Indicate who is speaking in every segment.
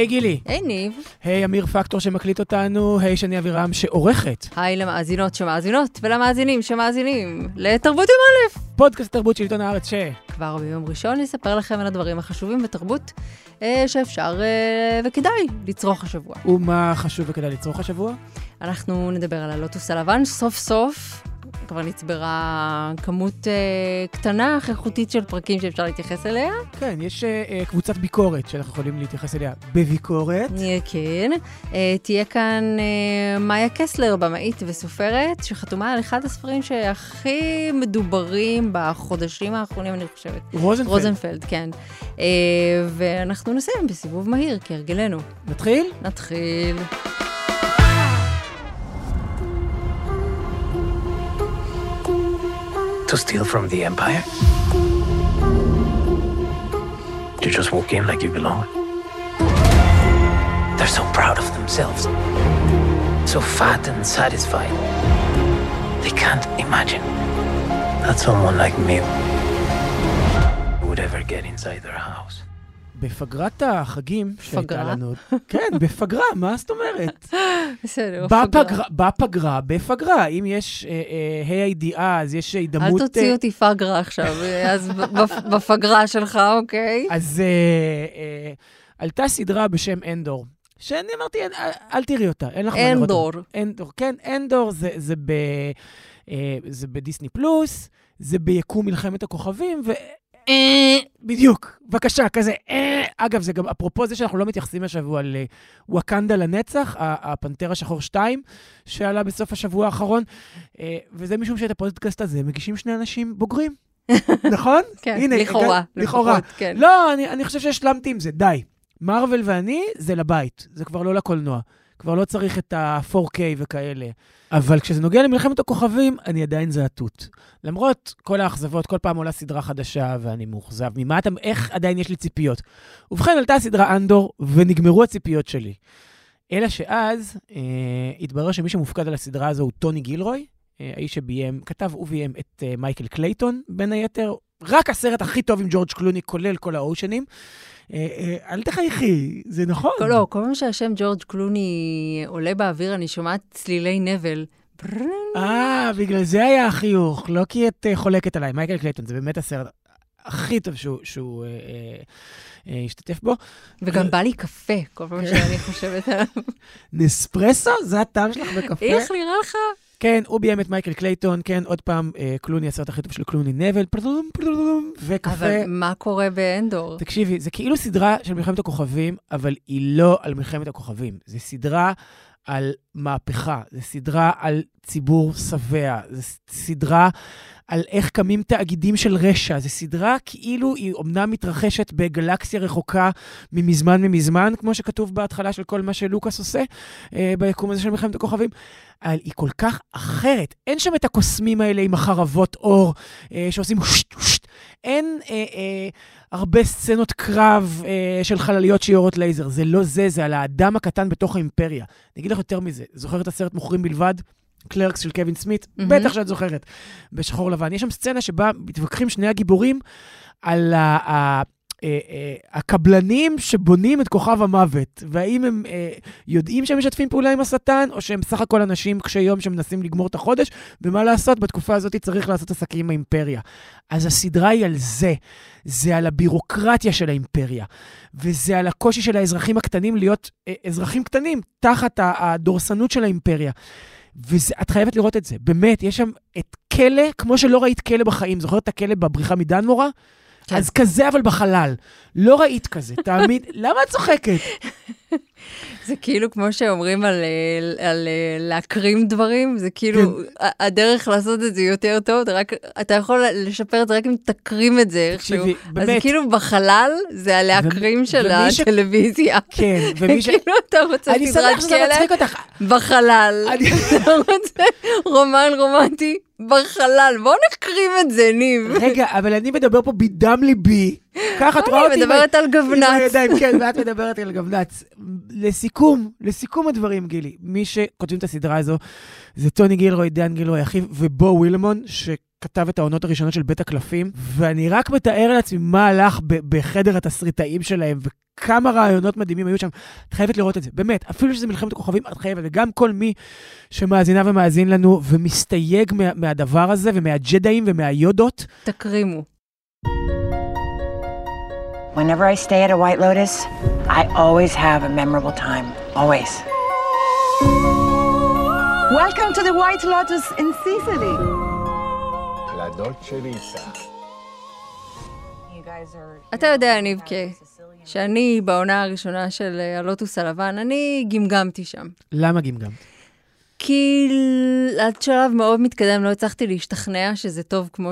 Speaker 1: היי גילי.
Speaker 2: היי ניב.
Speaker 1: היי אמיר פקטור שמקליט אותנו. היי שני אבירם שעורכת.
Speaker 2: היי למאזינות שמאזינות ולמאזינים שמאזינים לתרבות יום א'.
Speaker 1: פודקאסט תרבות של עיתון הארץ
Speaker 2: כבר ביום ראשון נספר לכם על הדברים החשובים בתרבות שאפשר וכדאי לצרוך השבוע.
Speaker 1: ומה חשוב וכדאי לצרוך השבוע?
Speaker 2: אנחנו נדבר על הלוטוס הלבן סוף סוף. כבר נצברה כמות קטנה, איכותית של פרקים שאפשר להתייחס אליה.
Speaker 1: כן, יש קבוצת ביקורת שאנחנו יכולים להתייחס אליה בביקורת.
Speaker 2: כן. תהיה כאן מאיה קסלר, במאית וסופרת, שחתומה על אחד הספרים שהכי מדוברים בחודשים האחרונים, אני חושבת. רוזנפלד, כן. ואנחנו נסיים בסיבוב מהיר, כהרגלנו.
Speaker 1: נתחיל?
Speaker 2: נתחיל.
Speaker 3: To steal from the Empire? To just walk in like you belong? They're so proud of themselves. So fat and satisfied. They can't imagine that someone like me would ever get inside their house.
Speaker 1: בפגרת החגים שהייתה לנו. כן, בפגרה, מה זאת אומרת?
Speaker 2: בסדר,
Speaker 1: בפגרה. אם יש הידיעה, אז יש דמות...
Speaker 2: אל תוציא אותי פגרה עכשיו, אז בפגרה שלך, אוקיי?
Speaker 1: אז עלתה סדרה בשם אנדור, שאני אמרתי, אל תראי אותה, אין לך מה לראות אותה. אנדור, כן, אנדור זה בדיסני פלוס, זה ביקום מלחמת הכוכבים, בדיוק, בבקשה, כזה. אגב, זה גם, אפרופו זה שאנחנו לא מתייחסים השבוע לווקנדה לנצח, הפנתר השחור 2, שעלה בסוף השבוע האחרון, וזה משום שאת הפודקאסט הזה מגישים שני אנשים בוגרים, נכון?
Speaker 2: כן, לכאורה.
Speaker 1: לא, אני חושב שהשלמתי עם זה, די. מרוול ואני, זה לבית, זה כבר לא לקולנוע. כבר לא צריך את ה-4K וכאלה. אבל כשזה נוגע למלחמת הכוכבים, אני עדיין זעתות. למרות כל האכזבות, כל פעם עולה סדרה חדשה ואני מאוכזב. איך עדיין יש לי ציפיות? ובכן, עלתה סדרה אנדור ונגמרו הציפיות שלי. אלא שאז התברר שמי שמופקד על הסדרה הזו הוא טוני גילרוי, האיש כתב וביים את מייקל קלייטון, בין היתר, רק הסרט הכי טוב עם ג'ורג' קלוני, כולל כל האושנים. אל תחייכי, זה נכון.
Speaker 2: לא, כל פעם שהשם ג'ורג' קלוני עולה באוויר, אני שומעת צלילי נבל.
Speaker 1: בגלל זה היה החיוך, לא כי את חולקת עליי. מייקל קלייטון, זה באמת הסרט הכי טוב שהוא השתתף בו.
Speaker 2: וגם בא לי קפה, כל פעם שאני חושבת עליו.
Speaker 1: נספרסו? זה הטעם שלך בקפה?
Speaker 2: איך נראה לך?
Speaker 1: כן, הוא ביים את מייקל קלייטון, כן, עוד פעם, קלוני, הסרט הכי טוב של קלוני נבל, וקפה.
Speaker 2: אבל מה קורה באנדור?
Speaker 1: תקשיבי, זה כאילו סדרה של מלחמת הכוכבים, אבל היא לא על מלחמת הכוכבים. זה סדרה על מהפכה, זה סדרה על ציבור שבע, זה סדרה על איך קמים תאגידים של רשע, זה סדרה כאילו היא אומנם מתרחשת בגלקסיה רחוקה ממזמן, כמו שכתוב בהתחלה של כל מה שלוקאס עושה, ביקום הזה של מלחמת הכוכבים, אבל היא כל כך אחרת. אין שם את הקוסמים האלה עם החרבות אור, שעושים אין הרבה סצנות קרב של חלליות שיורות לייזר. זה לא זה על האדם הקטן בתוך האימפריה. אני אגיד לך יותר מזה, זוכרת את הסרט מוכרים בלבד? קלרקס של קווין סמית, בטח שאת זוכרת, בשחור לבן. יש שם סצנה שבה מתווכחים שני הגיבורים על הקבלנים שבונים את כוכב המוות, והאם הם יודעים שהם משתפים פעולה עם השטן, או שהם סך הכל אנשים קשי יום שמנסים לגמור את החודש, ומה לעשות, בתקופה הזאת צריך לעשות עסקים עם האימפריה. אז הסדרה היא על זה. זה על הבירוקרטיה של האימפריה, וזה על הקושי של האזרחים הקטנים להיות אזרחים קטנים, תחת הדורסנות של האימפריה. ואת חייבת לראות את זה. באמת, יש שם את כלא, כמו שלא ראית כלא בחיים. זוכרת את הכלא בבריחה מדנמורה? כן. אז כזה, אבל בחלל. לא ראית כזה. תעמיד, למה את צוחקת?
Speaker 2: זה כאילו כמו שאומרים על להקרים דברים, זה כאילו, הדרך לעשות את זה יותר טוב, אתה יכול לשפר את זה רק אם תקרים את זה.
Speaker 1: תקשיבי, באמת.
Speaker 2: אז כאילו בחלל, זה הלהקרים של הטלוויזיה.
Speaker 1: כן,
Speaker 2: כאילו אתה רוצה סדרת כלא בחלל. אתה רוצה רומן רומנטי בחלל. בואו נקרים את זה, ניב.
Speaker 1: רגע, אבל אני מדבר פה בדם ליבי. ככה את רואה אותי.
Speaker 2: אני מדברת על גבנץ.
Speaker 1: כן, ואת מדברת על גבנץ. לסיכום הדברים, גילי, מי שכותבים את הסדרה הזו, זה טוני גילרוי, דן גילרוי, אחיו, ובו ווילמון, שכתב את העונות הראשונות של בית הקלפים, ואני רק מתאר לעצמי מה הלך בחדר התסריטאים שלהם, כמה רעיונות מדהימים היו שם. את חייבת לראות את זה, באמת, אפילו שזה מלחמת הכוכבים, את חייבת, וגם כל מי שמאזינה ומאזין לנו, ומסתייג מהדבר הזה, ומהג'דאים ומהיודות.
Speaker 2: תקרימו.
Speaker 4: Whenever I stay at a White Lotus, I always have a memorable time. Always.
Speaker 5: Welcome to the White Lotus in Sicily.
Speaker 6: La Dolce Vita.
Speaker 2: אתה יודע, ניבקה, שאני בעונה הראשונה של הלוטוס הלבן, אני גמגמתי שם.
Speaker 1: למה גמגמת?
Speaker 2: כי עד שלב מאוד מתקדם לא הצלחתי להשתכנע שזה טוב כמו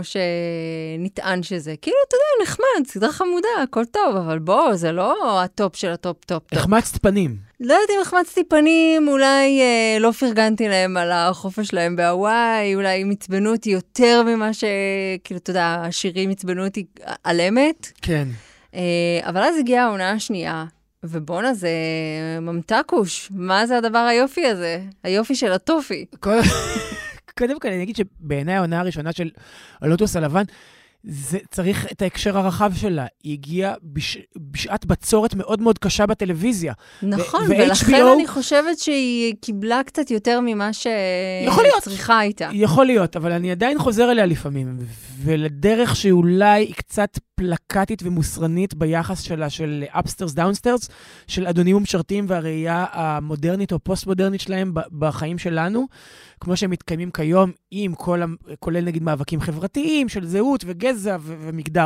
Speaker 2: שנטען שזה. כאילו, אתה יודע, נחמד, סדרה חמודה, הכל טוב, אבל בוא, זה לא הטופ של הטופ טופ.
Speaker 1: החמצת פנים.
Speaker 2: לא יודעת אם החמצתי פנים, אולי לא פרגנתי להם על החופש שלהם בהוואי, אולי הם עצבנו אותי יותר ממה ש... כאילו, אתה יודע, השירים עצבנו אותי על אמת.
Speaker 1: כן.
Speaker 2: אבל אז הגיעה העונה השנייה, ובונה זה ממתקוש. מה זה הדבר היופי הזה? היופי של הטופי.
Speaker 1: קודם כל, אני אגיד שבעיניי העונה הראשונה של הלוטוס הלבן, זה צריך את ההקשר הרחב שלה. היא הגיעה בשעת בצורת מאוד מאוד קשה בטלוויזיה.
Speaker 2: נכון, ולכן אני חושבת שהיא קיבלה קצת יותר ממה שצריכה הייתה.
Speaker 1: יכול להיות, אבל אני עדיין חוזר אליה לפעמים, ולדרך שאולי היא קצת פלקטית ומוסרנית ביחס שלה של אפסטרס דאונסטרס, של אדונים ומשרתים והראייה המודרנית או פוסט-מודרנית שלהם בחיים שלנו, כמו שהם מתקיימים כיום, עם כולל נגיד מאבקים חברתיים של זהות וגזע ומגדר.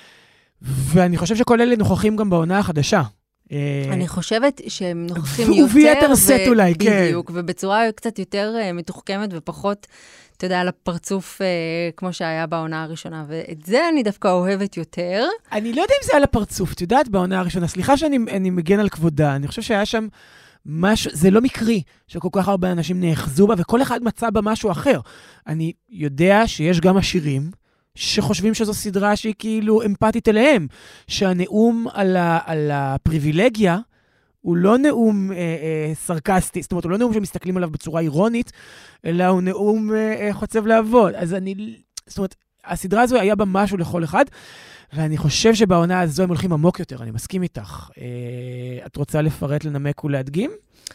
Speaker 1: ואני חושב שכל אלה נוכחים גם בעונה החדשה.
Speaker 2: אני חושבת שהם נוכחים יותר.
Speaker 1: וביתר סט אולי, כן.
Speaker 2: בדיוק, ובצורה קצת יותר מתוחכמת ופחות, אתה יודע, על הפרצוף כמו שהיה בעונה הראשונה. ואת זה אני דווקא אוהבת יותר.
Speaker 1: אני לא יודע אם זה על הפרצוף, את יודעת, בעונה הראשונה. סליחה שאני מגן על כבודה. אני חושב שהיה שם משהו, זה לא מקרי שכל כך הרבה אנשים נאחזו בה, וכל אחד מצא בה משהו אחר. אני יודע שיש גם עשירים שחושבים שזו סדרה שהיא כאילו אמפתית אליהם, שהנאום על הפריבילגיה הוא לא נאום סרקסטי, זאת אומרת, הוא לא נאום שמסתכלים עליו בצורה אירונית, אלא הוא נאום חוצב לעבוד. אז זאת אומרת, הסדרה הזו היה בה משהו לכל אחד, ואני חושב שבעונה הזו הם הולכים עמוק יותר, אני מסכים איתך. את רוצה לפרט, לנמק ולהדגים?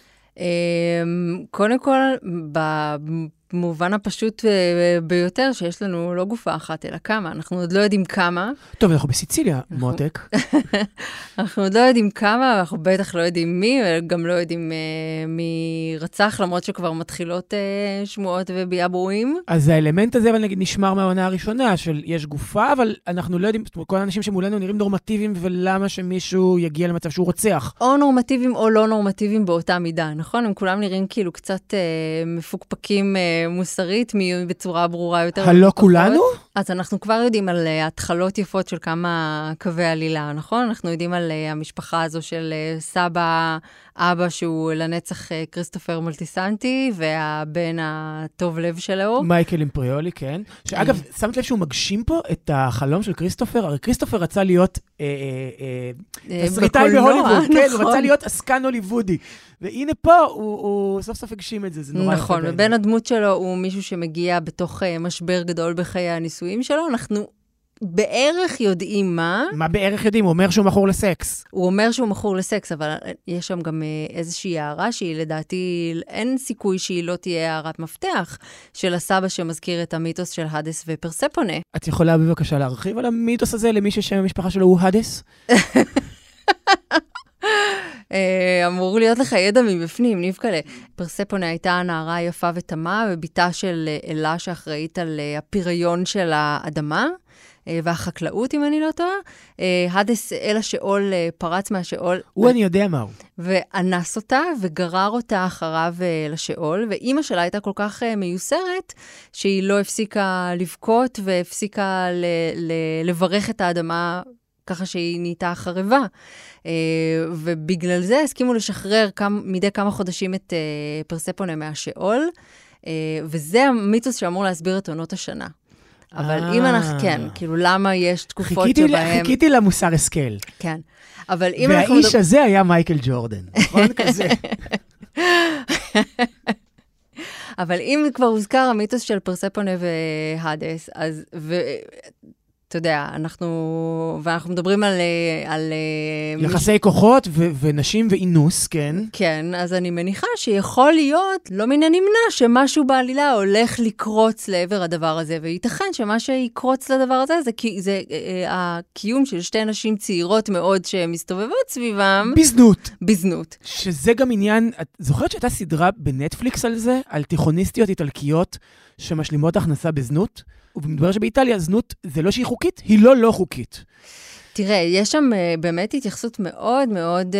Speaker 2: קודם כל, במובן הפשוט ביותר, שיש לנו לא גופה אחת, אלא כמה. אנחנו עוד לא יודעים כמה.
Speaker 1: טוב, אנחנו בסיציליה, מותק.
Speaker 2: אנחנו עוד לא יודעים כמה, אנחנו בטח לא יודעים מי, וגם לא יודעים מי רצח, למרות שכבר מתחילות שמועות וביאבורים.
Speaker 1: אז האלמנט הזה, אבל נגיד, נשמר מהעונה הראשונה, של יש גופה, אבל אנחנו לא יודעים, כל האנשים שמולנו נראים נורמטיביים, ולמה שמישהו יגיע למצב שהוא רוצח.
Speaker 2: או נורמטיביים או לא נורמטיביים באותה מידה, נכון? הם כולם נראים כאילו קצת מפוקפקים מוסרית, בצורה ברורה יותר.
Speaker 1: הלא כולנו?
Speaker 2: אז אנחנו כבר יודעים על התחלות יפות של כמה קווי עלילה, נכון? אנחנו יודעים על המשפחה הזו של סבא, אבא שהוא לנצח כריסטופר מולטיסנטי, והבן הטוב לב שלו.
Speaker 1: מייקל אימפריולי, כן. שאגב, שמת לב שהוא מגשים פה את החלום של כריסטופר? הרי כריסטופר רצה להיות תסריטאי בהוליווד, כן, הוא רצה להיות עסקן הוליוודי. והנה פה, הוא סוף סוף הגשים את זה, זה נורא.
Speaker 2: נכון, ובין הדמות שלו הוא מישהו שמגיע בתוך משבר גדול בחיי הנישואים שלו, אנחנו בערך יודעים מה.
Speaker 1: מה בערך יודעים? הוא אומר שהוא מכור לסקס.
Speaker 2: הוא אומר שהוא מכור לסקס, אבל יש שם גם איזושהי הערה שהיא לדעתי, אין סיכוי שהיא לא תהיה הערת מפתח של הסבא שמזכיר את המיתוס של הדס ופרספונה.
Speaker 1: את יכולה בבקשה להרחיב על המיתוס הזה למי ששם המשפחה שלו הוא הדס?
Speaker 2: אמור להיות לך ידע מבפנים, ניבקלה. פרספונה הייתה נערה יפה ותמה, וביתה של אלה שאחראית על הפיריון של האדמה, והחקלאות, אם אני לא טועה. הדס אל השאול פרץ מהשאול.
Speaker 1: אני יודע מה הוא.
Speaker 2: ואנס אותה, וגרר אותה אחריו לשאול, ואימא שלה הייתה כל כך מיוסרת, שהיא לא הפסיקה לבכות, והפסיקה לברך את האדמה, ככה שהיא נהייתה חרבה. ובגלל זה הסכימו לשחרר מדי כמה חודשים את פרספונה מהשאול, וזה המיתוס שאמור להסביר את עונות השנה. אבל אם אנחנו, כן, כאילו למה יש תקופות שבהם...
Speaker 1: חיכיתי למוסר השכל.
Speaker 2: כן. אבל אם
Speaker 1: והאיש הזה היה מייקל ג'ורדן, נכון? כזה. אבל
Speaker 2: אם כבר הוזכר המיתוס של פרספונה והדס, אז... אתה יודע, ואנחנו מדברים על
Speaker 1: יחסי כוחות ונשים ואינוס, כן.
Speaker 2: כן, אז אני מניחה שיכול להיות, לא מן הנמנע, שמשהו בעלילה הולך לקרוץ לעבר הדבר הזה, וייתכן שמה שיקרוץ לדבר הזה, זה הקיום של שתי נשים צעירות מאוד שמסתובבות סביבם. בזנות.
Speaker 1: שזה גם עניין, את זוכרת שהייתה סדרה בנטפליקס על זה, על תיכוניסטיות איטלקיות שמשלימות הכנסה בזנות? ובמדבר שבאיטליה זנות זה לא שהיא חוקית, היא לא חוקית.
Speaker 2: תראה, יש שם באמת התייחסות מאוד מאוד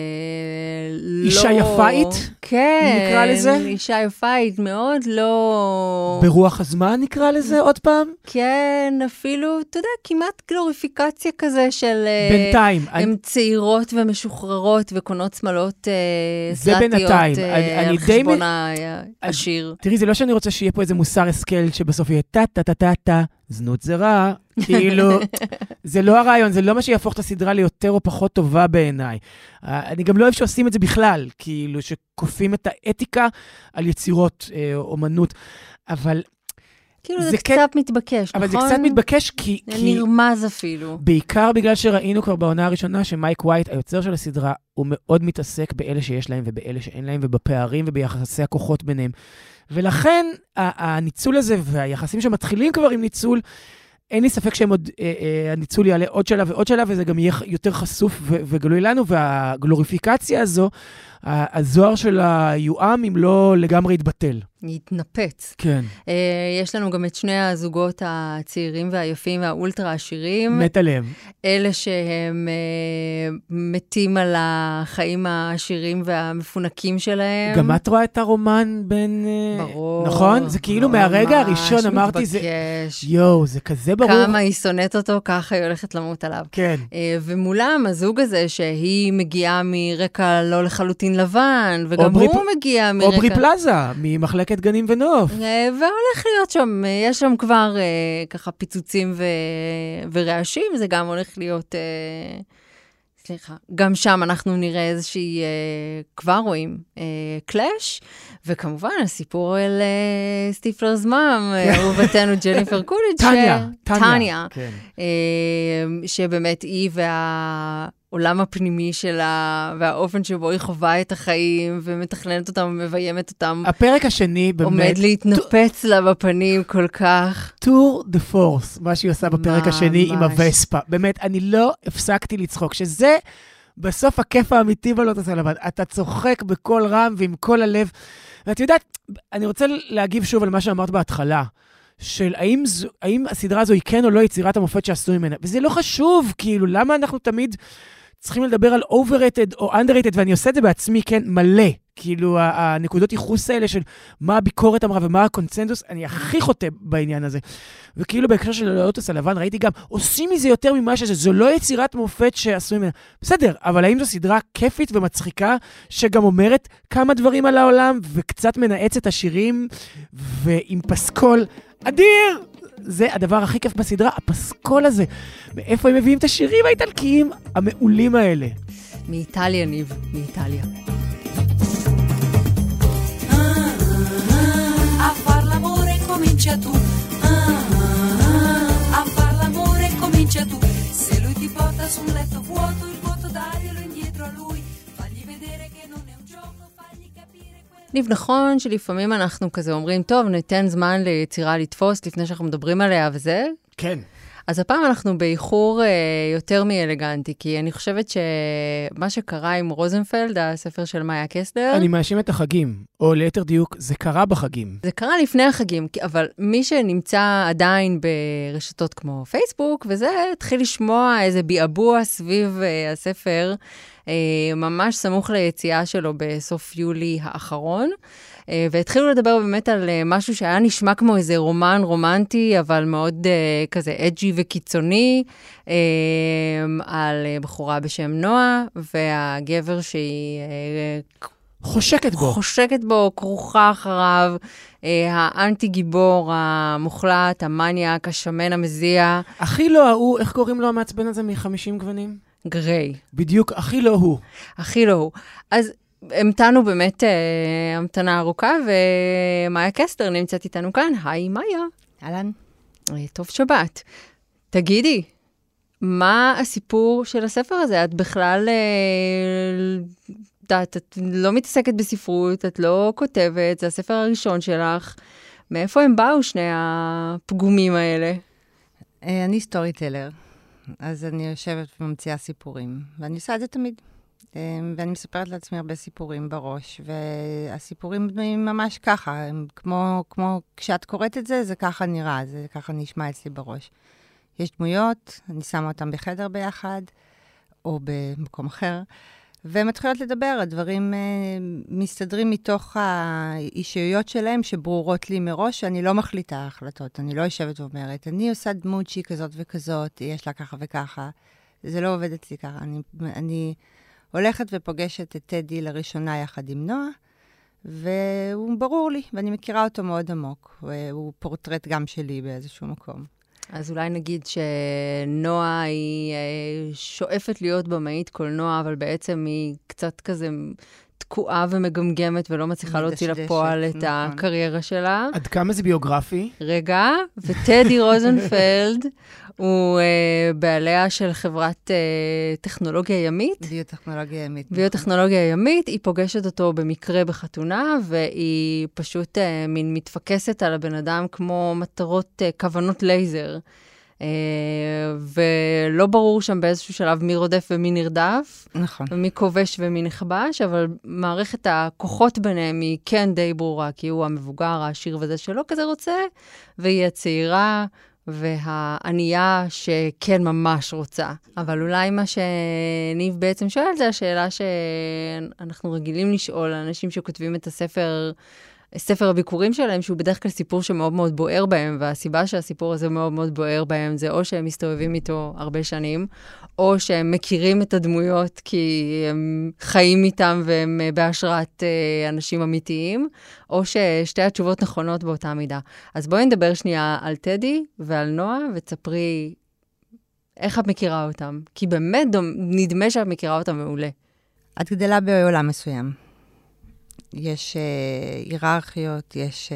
Speaker 1: אישה יפאית?
Speaker 2: כן.
Speaker 1: נקרא לזה?
Speaker 2: אישה יפאית, מאוד לא...
Speaker 1: ברוח הזמן נקרא לזה עוד פעם?
Speaker 2: כן, אפילו, אתה יודע, כמעט גלוריפיקציה כזה של...
Speaker 1: בינתיים.
Speaker 2: הן צעירות ומשוחררות וקונות שמלות
Speaker 1: זה בינתיים.
Speaker 2: על חשבון העשיר.
Speaker 1: תראי, זה לא שאני רוצה שיהיה פה איזה מוסר השכל שבסוף יהיה טה-טה-טה-טה, זנות זה רע. כאילו, זה לא הרעיון, זה לא מה שיהפוך את הסדרה ליותר או פחות טובה בעיניי. אני גם לא אוהב שעושים את זה בכלל, כאילו שכופים את האתיקה על יצירות אומנות, אבל...
Speaker 2: כאילו זה קצת מתבקש, נכון?
Speaker 1: אבל זה קצת מתבקש כי...
Speaker 2: זה נרמז אפילו.
Speaker 1: בעיקר בגלל שראינו כבר בעונה הראשונה שמייק ווייט, היוצר של הסדרה, הוא מאוד מתעסק באלה שיש להם ובאלה שאין להם, ובפערים וביחסי הכוחות ביניהם. ולכן הניצול הזה והיחסים שמתחילים כבר עם ניצול, אין לי ספק הניצול יעלה עוד שלב ועוד שלב, וזה גם יהיה יותר חשוף וגלוי לנו, והגלוריפיקציה הזו, הזוהר של היועם, אם לא לגמרי יתבטל.
Speaker 2: יתנפץ.
Speaker 1: כן.
Speaker 2: יש לנו גם את שני הזוגות הצעירים והיפים והאולטרה עשירים.
Speaker 1: מת עליהם.
Speaker 2: אלה שהם מתים על החיים העשירים והמפונקים שלהם.
Speaker 1: גם את רואה את הרומן בין...
Speaker 2: ברור.
Speaker 1: נכון? זה כאילו מהרגע הראשון אמרתי זה... יואו, זה כזה ברור.
Speaker 2: כמה היא שונאת אותו, ככה היא הולכת למות עליו.
Speaker 1: כן.
Speaker 2: ומולם הזוג הזה שהיא מגיעה מרקע לא לחלוטין לבן, וגם הוא מגיע מרקע...
Speaker 1: אוברי פלאזה, ממחלקת גנים ונוף.
Speaker 2: והולך להיות שם, יש שם כבר ככה פיצוצים ורעשים, זה גם הולך להיות... סליחה, גם שם אנחנו נראה איזושהי, כבר רואים, קלאש, וכמובן הסיפור על סטיפלר's מום, אהובתנו ג'ניפר קוליג' טניה, שבאמת היא העולם הפנימי שלה, והאופן שבו היא חווה את החיים, ומתכננת אותם ומביימת אותם.
Speaker 1: הפרק השני באמת...
Speaker 2: עומד להתנפץ לה בפנים כל כך.
Speaker 1: טור דה פורס, מה שהיא עושה בפרק השני עם הווספה. באמת, אני לא הפסקתי לצחוק, שזה בסוף הכיף האמיתי בלוטוס הלבן. אתה צוחק בכל רם ועם כל הלב. ואת יודעת, אני רוצה להגיב שוב על מה שאמרת בהתחלה. של האם הסדרה הזו היא כן או לא יצירת המופת שעשו ממנה. וזה לא חשוב, כאילו, למה אנחנו תמיד צריכים לדבר על overrated או underrated, ואני עושה את זה בעצמי, כן, מלא. כאילו, הנקודות ייחוס האלה של מה הביקורת אמרה ומה הקונצנזוס, אני הכי חוטא בעניין הזה. וכאילו, בהקשר של הלוטוס הלבן, ראיתי גם, עושים מזה יותר ממה שזה, זו לא יצירת מופת שעשו ממנה. בסדר, אבל האם זו סדרה כיפית ומצחיקה, שגם אומרת כמה דברים על העולם, וקצת מנעצת השירים, ועם פסקול אדיר! זה הדבר הכי כיף בסדרה, הפסקול הזה. מאיפה הם מביאים את השירים האיטלקיים המעולים האלה?
Speaker 2: מאיטליה, ניב, מאיטליה.
Speaker 7: A far l'amore comincia tu. A far l'amore comincia tu. Se lui ti porta su un letto vuoto, il vuoto daglielo indietro a lui. Fagli vedere che non è un gioco, fagli capire quello.
Speaker 2: ניב, נכון שלפעמים אנחנו כזה אומרים, טוב, ניתן זמן ליצירה לתפוס לפני שאנחנו מדברים עליה וזה?
Speaker 1: כן.
Speaker 2: אז הפעם אנחנו באיחור יותר מאלגנטי, כי אני חושבת שמה שקרה עם רוזנפלד, הספר של מאיה קסלר...
Speaker 1: אני מאשים את החגים, או ליתר דיוק, זה קרה בחגים.
Speaker 2: זה קרה לפני החגים, אבל מי שנמצא עדיין ברשתות כמו פייסבוק, וזה התחיל לשמוע איזה ביעבוע סביב הספר, ממש סמוך ליציאה שלו בסוף יולי האחרון, והתחילו לדבר באמת על משהו שהיה נשמע כמו איזה רומן רומנטי, אבל מאוד כזה אג'י וקיצוני, על בחורה בשם נועה, והגבר שהיא... חושקת בו, כרוכה אחריו, האנטי גיבור המוחלט, המניאק, השמן המזיע.
Speaker 1: הכי לא הוא, איך קוראים לו המעצבן הזה מ-50 גוונים?
Speaker 2: גריי.
Speaker 1: בדיוק, הכי לא הוא.
Speaker 2: הכי לא הוא. אז המתנו באמת המתנה ארוכה, ומאיה קסלר נמצאת איתנו כאן. היי מאיה.
Speaker 8: אהלן.
Speaker 2: טוב שבת. תגידי, מה הסיפור של הספר הזה? את בכלל, את לא מתעסקת בספרות, את לא כותבת, זה הספר הראשון שלך. מאיפה הם באו שני הפגומים האלה?
Speaker 8: אני סטורי טלר, אז אני יושבת וממציאה סיפורים, ואני עושה את זה תמיד. ואני מספרת לעצמי הרבה סיפורים בראש, והסיפורים בנויים ממש ככה, הם כמו כשאת קוראת את זה, זה ככה נראה, זה ככה נשמע אצלי בראש. יש דמויות, אני שמה אותם בחדר ביחד, או במקום אחר, והם מתחילות לדבר, הדברים מסתדרים מתוך האישיות שלהם, שברורות לי מראש, שאני לא מחליטה החלטות, אני לא יושבת ואומרת, אני עושה דמות שהיא כזאת וכזאת, יש לה ככה וככה, זה לא עובד אצלי ככה, אני הולכת ופוגשת את טדי לראשונה יחד עם נועה, והוא ברור לי, ואני מכירה אותו מאוד עמוק, הוא פורטרט גם שלי באיזשהו מקום.
Speaker 2: אז אולי נגיד שנועה היא שואפת להיות במאית קולנוע, אבל בעצם היא קצת כזה תקועה ומגמגמת, ולא מצליחה להוציא לפועל את הקריירה שלה.
Speaker 1: עד כמה זה ביוגרפי?
Speaker 2: רגע, וטדי רוזנפלד הוא בעליה של חברת טכנולוגיה ימית.
Speaker 8: ביוטכנולוגיה ימית.
Speaker 2: ביוטכנולוגיה ימית, היא פוגשת אותו במקרה בחתונה, והיא פשוט מין מתפקסת על הבן אדם כמו מטרות כוונות לייזר. ולא ברור שם באיזשהו שלב מי רודף ומי נרדף.
Speaker 8: נכון.
Speaker 2: ומי כובש ומי נכבש, אבל מערכת הכוחות ביניהם היא כן די ברורה, כי הוא המבוגר, העשיר וזה שלא כזה רוצה, והיא הצעירה והענייה שכן ממש רוצה. אבל אולי מה שניב בעצם שואל, זה השאלה שאנחנו רגילים לשאול לאנשים שכותבים את ספר הביקורים שלהם, שהוא בדרך כלל סיפור שמאוד מאוד בוער בהם, והסיבה שהסיפור הזה מאוד מאוד בוער בהם, זה או שהם מסתובבים איתו הרבה שנים, או שהם מכירים את הדמויות כי הם חיים איתם והם בהשראת אנשים אמיתיים, או ששתי התשובות נכונות באותה מידה. אז בואי נדבר שנייה על טדי ועל נועה, ותספרי איך את מכירה אותם. כי באמת נדמה שאת מכירה אותם מעולה.
Speaker 8: את גדלה בעולם מסוים. יש היררכיות, יש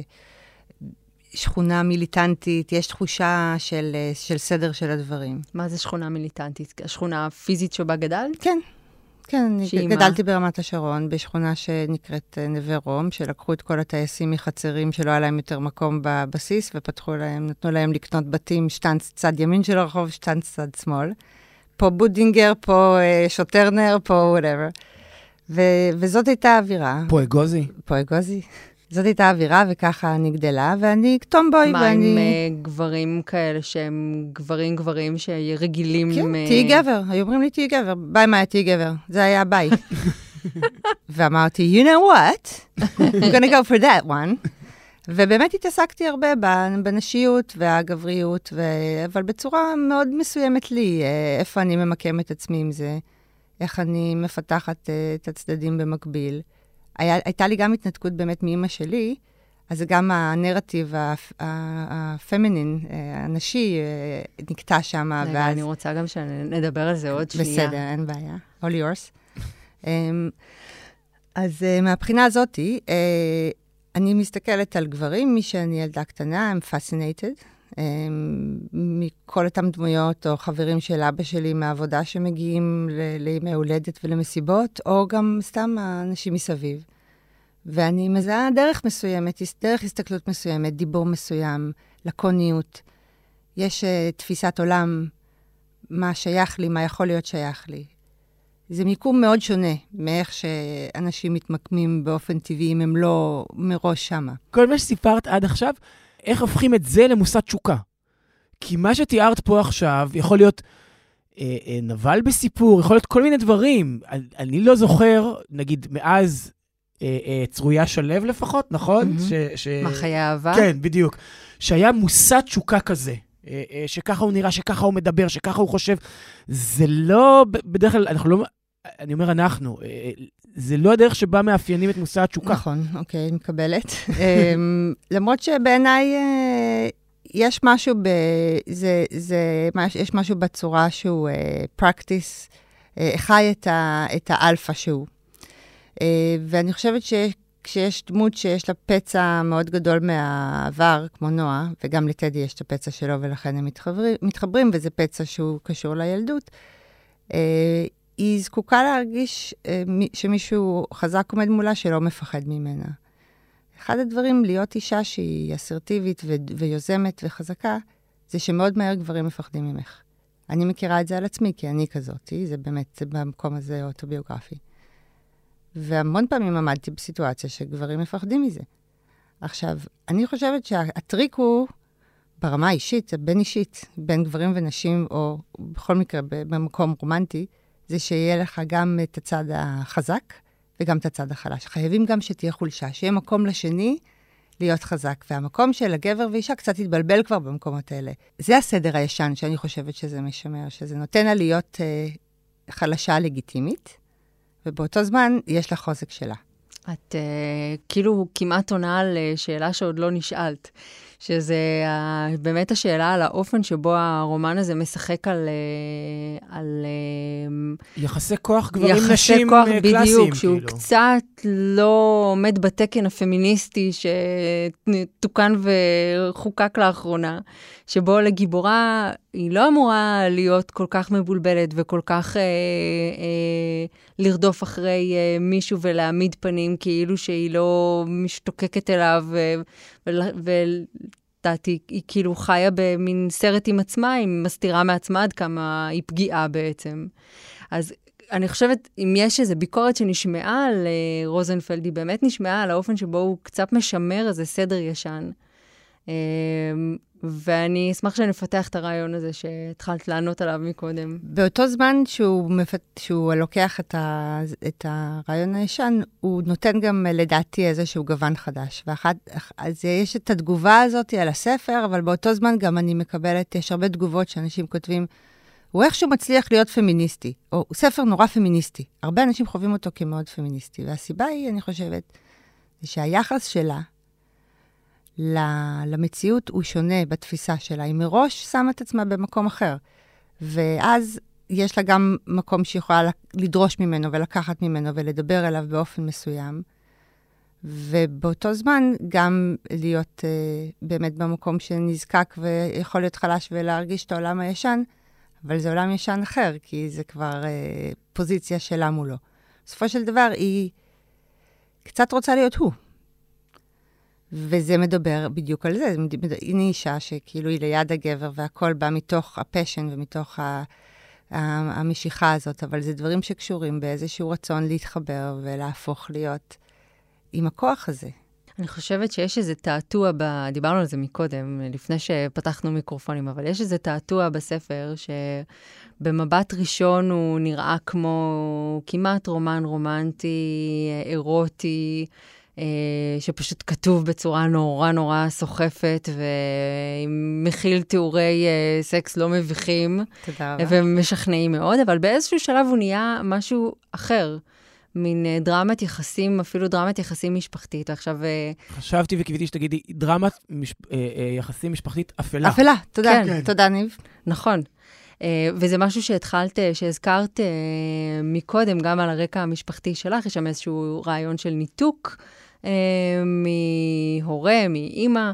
Speaker 8: שכונה מיליטנטית, יש תחושה של סדר של הדברים.
Speaker 2: מה זה שכונה מיליטנטית? השכונה הפיזית שבה גדלת?
Speaker 8: כן, כן. גדלתי ברמת השרון, בשכונה שנקראת נווה רום, שלקחו את כל הטייסים מחצרים שלא היה להם יותר מקום בבסיס, ופתחו להם, נתנו להם לקנות בתים, שטנץ צד ימין של הרחוב, שטנץ צד שמאל. פה בודינגר, פה שוטרנר, פה whatever. וזאת הייתה האווירה.
Speaker 1: פה אגוזי.
Speaker 8: פה אגוזי. זאת הייתה האווירה, וככה אני גדלה, ואני טומבוי,
Speaker 2: מה עם גברים כאלה שהם גברים שרגילים...
Speaker 8: כן, תהי גבר. היו אומרים לי, תהי גבר. ביי, מה היה תהי גבר? זה היה ביי. ואמרתי, you know what? I'm gonna go for that one. ובאמת התעסקתי הרבה בנשיות והגבריות, אבל בצורה מאוד מסוימת לי, איפה אני ממקם את עצמי עם זה. איך אני מפתחת את הצדדים במקביל. הייתה לי גם התנתקות באמת מאמא שלי, אז גם הנרטיב הפמינין, הנשי, נקטע שם.
Speaker 2: רגע, אני רוצה גם שנדבר על זה עוד שנייה.
Speaker 8: בסדר, אין בעיה. All yours. אז מהבחינה הזאת, אני מסתכלת על גברים, מי שאני ילדה קטנה, הם fascinated. מכל אותם דמויות או חברים של אבא שלי מהעבודה שמגיעים לימי הולדת ולמסיבות, או גם סתם האנשים מסביב. ואני מזהה דרך מסוימת, דרך הסתכלות מסוימת, דיבור מסוים, לקוניות. יש תפיסת עולם, מה שייך לי, מה יכול להיות שייך לי. זה מיקום מאוד שונה מאיך שאנשים מתמקמים באופן טבעי, אם הם לא מראש שמה.
Speaker 1: כל מה שסיפרת עד עכשיו, איך הופכים את זה למושא תשוקה? כי מה שתיארת פה עכשיו יכול להיות נבל בסיפור, יכול להיות כל מיני דברים. אני לא זוכר, נגיד, מאז צרויה שלב לפחות, נכון?
Speaker 2: מה, חיי אהבה?
Speaker 1: כן, בדיוק. שהיה מושא תשוקה כזה, שככה הוא נראה, שככה הוא מדבר, שככה הוא חושב. זה לא, בדרך כלל, אנחנו לא, אני אומר אנחנו, זה לא הדרך שבה מאפיינים את מושא התשוקה.
Speaker 8: נכון, אוקיי, אני מקבלת. למרות שבעיניי יש משהו יש משהו בצורה שהוא practice, חי את האלפא שהוא. ואני חושבת כשיש דמות שיש לה פצע מאוד גדול מהעבר, כמו נועה, וגם לטדי יש את הפצע שלו, ולכן הם מתחברים, וזה פצע שהוא קשור לילדות, היא זקוקה להרגיש שמישהו חזק עומד מולה שלא מפחד ממנה. אחד הדברים, להיות אישה שהיא אסרטיבית ויוזמת וחזקה, זה שמאוד מהר גברים מפחדים ממך. אני מכירה את זה על עצמי, כי אני כזאת, זה באמת, זה במקום הזה אוטוביוגרפי. והמון פעמים עמדתי בסיטואציה שגברים מפחדים מזה. עכשיו, אני חושבת שהטריק הוא, ברמה האישית, זה בין אישית, בין גברים ונשים, או בכל מקרה במקום רומנטי, זה שיהיה לך גם את הצד החזק, וגם את הצד החלש. חייבים גם שתהיה חולשה, שיהיה מקום לשני להיות חזק, והמקום של הגבר ואישה קצת יתבלבל כבר במקומות האלה. זה הסדר הישן שאני חושבת שזה משמר, שזה נותן לה להיות חלשה לגיטימית, ובאותו זמן יש לה חוזק שלה.
Speaker 2: את כאילו כמעט עונה על שאלה שעוד לא נשאלת, שזה באמת השאלה על האופן שבו הרומן הזה משחק על
Speaker 1: יחסי כוח גברים נשים קלאסיים.
Speaker 2: בדיוק, שהוא קצת לא עומד בתקן הפמיניסטי שתוקן וחוקק לאחרונה, שבו לגיבורה היא לא אמורה להיות כל כך מבולבלת וכל כך לרדוף אחרי מישהו ולהעמיד פנים כאילו שהיא לא משתוקקת אליו ודעתי, היא כאילו חיה במין סרט עם עצמה, היא מסתירה מעצמה עד כמה היא פגיעה בעצם. אז אני חושבת, אם יש איזו ביקורת שנשמעה על רוזנפלד, היא באמת נשמעה על האופן שבו הוא קצת משמר איזה סדר ישן. ואני אשמח שנפתח את הרעיון הזה שהתחלת לענות עליו מקודם.
Speaker 8: באותו זמן שהוא לוקח את הרעיון הישן, הוא נותן גם לדעתי איזשהו גוון חדש. אז יש את התגובה הזאת על הספר, אבל באותו זמן גם אני מקבלת, יש הרבה תגובות שאנשים כותבים, הוא איכשהו מצליח להיות פמיניסטי, או הוא ספר נורא פמיניסטי. הרבה אנשים חווים אותו כמאוד פמיניסטי, והסיבה היא, אני חושבת, זה שהיחס שלה, למציאות הוא שונה בתפיסה שלה. היא מראש שמה את עצמה במקום אחר. ואז יש לה גם מקום שיכולה לדרוש ממנו ולקחת ממנו ולדבר אליו באופן מסוים. ובאותו זמן גם להיות באמת במקום שנזקק ויכול להיות חלש ולהרגיש את העולם הישן, אבל זה עולם ישן אחר, כי זה כבר פוזיציה שלה מולו. בסופו של דבר היא קצת רוצה להיות הוא. וזה מדבר בדיוק על זה. הנה אישה שכאילו היא ליד הגבר, והכל בא מתוך הפשן ומתוך המשיכה הזאת, אבל זה דברים שקשורים באיזשהו רצון להתחבר ולהפוך להיות עם הכוח הזה.
Speaker 2: אני חושבת שיש איזה תעתוע, דיברנו על זה מקודם, לפני שפתחנו מיקרופונים, אבל יש איזה תעתוע בספר שבמבט ראשון הוא נראה כמו כמעט רומן רומנטי, אירוטי, שפשוט כתוב בצורה נורא נורא סוחפת, ומכיל תיאורי סקס לא מביכים, ומשכנעים מאוד, אבל באיזשהו שלב הוא נהיה משהו אחר, מין דרמת יחסים, אפילו דרמת יחסים משפחתית. עכשיו
Speaker 1: חשבתי וקיוויתי שתגידי, דרמת יחסים משפחתית אפלה.
Speaker 8: אפלה, תודה, כן. תודה ניב.
Speaker 2: נכון. וזה משהו שהזכרת מקודם, גם על הרקע המשפחתי שלך, יש שם איזשהו רעיון של ניתוק, מהורה, מאמא,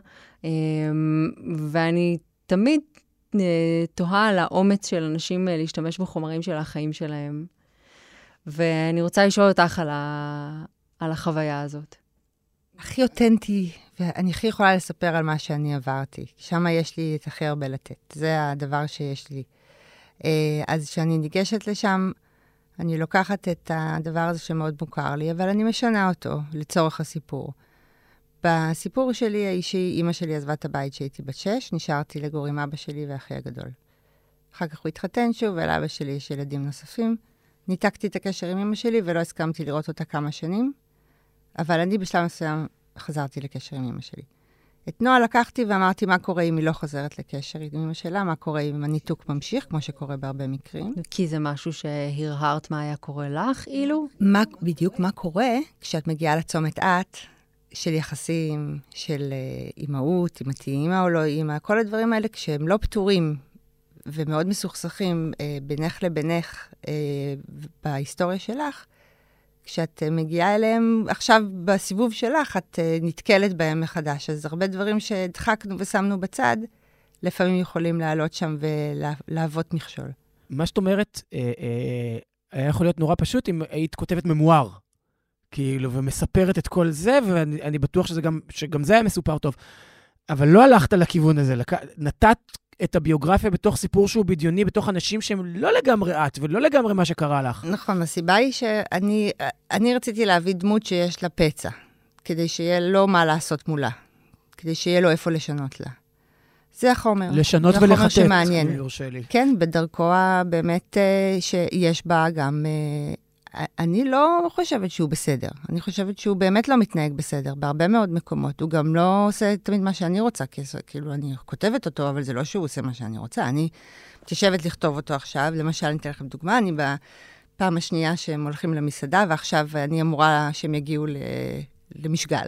Speaker 2: ואני תמיד תוהה על האומץ של אנשים להשתמש בחומרים של החיים שלהם. ואני רוצה לשאול אותך על החוויה הזאת.
Speaker 8: הכי אותנטי, ואני הכי יכולה לספר על מה שאני עברתי. שם יש לי את הכי הרבה לתת. זה הדבר שיש לי. אז כשאני ניגשת לשם, אני לוקחת את הדבר הזה שמאוד מוכר לי, אבל אני משנה אותו לצורך הסיפור. בסיפור שלי, האישי, אמא שלי עזבה את הבית שהייתי בת 6, נשארתי לגור עם אבא שלי ואחי הגדול. אחר כך הוא התחתן שוב, ולאבא שלי יש ילדים נוספים. ניתקתי את הקשר עם אמא שלי ולא הסכמתי לראות אותה כמה שנים, אבל אני בשלב מסוים חזרתי לקשר עם אמא שלי. את נועה לקחתי ואמרתי מה קורה אם היא לא חוזרת לקשר עם אמא שלה, מה קורה אם הניתוק ממשיך, כמו שקורה בהרבה מקרים.
Speaker 2: כי זה משהו שהרהרת מה היה קורה לך, אילו?
Speaker 8: בדיוק מה קורה כשאת מגיעה לצומת את, של יחסים, של אימהות, אם את אימא או לא אימא, כל הדברים האלה כשהם לא פתורים ומאוד מסוכסכים בינך לבינך בהיסטוריה שלך, כשאת מגיעה אליהם, עכשיו בסיבוב שלך, את נתקלת בהם מחדש. אז הרבה דברים שהדחקנו ושמנו בצד, לפעמים יכולים לעלות שם ולהוות מכשול.
Speaker 1: מה שאת אומרת, היה יכול להיות נורא פשוט אם היית כותבת ממואר, כאילו, ומספרת את כל זה, ואני בטוח שגם זה היה מסופר טוב. אבל לא הלכת לכיוון הזה, נתת את הביוגרפיה בתוך סיפור שהוא בדיוני, בתוך אנשים שהם לא לגמרי את, ולא לגמרי מה שקרה לך.
Speaker 8: נכון, הסיבה היא שאני רציתי להביא דמות שיש לה פצע, כדי שיהיה לו מה לעשות מולה, כדי שיהיה לו איפה לשנות לה. זה החומר.
Speaker 1: לשנות ולחטט, אם יורשה לי.
Speaker 8: כן, בדרכו באמת שיש בה גם... אני לא חושבת שהוא בסדר. אני חושבת שהוא באמת לא מתנהג בסדר, בהרבה מאוד מקומות. הוא גם לא עושה תמיד מה שאני רוצה, כאילו אני כותבת אותו, אבל זה לא שהוא עושה מה שאני רוצה. אני מתיישבת לכתוב אותו עכשיו, למשל, אני אתן לכם דוגמה, אני בפעם השנייה שהם הולכים למסעדה, ועכשיו אני אמורה שהם יגיעו למשגל.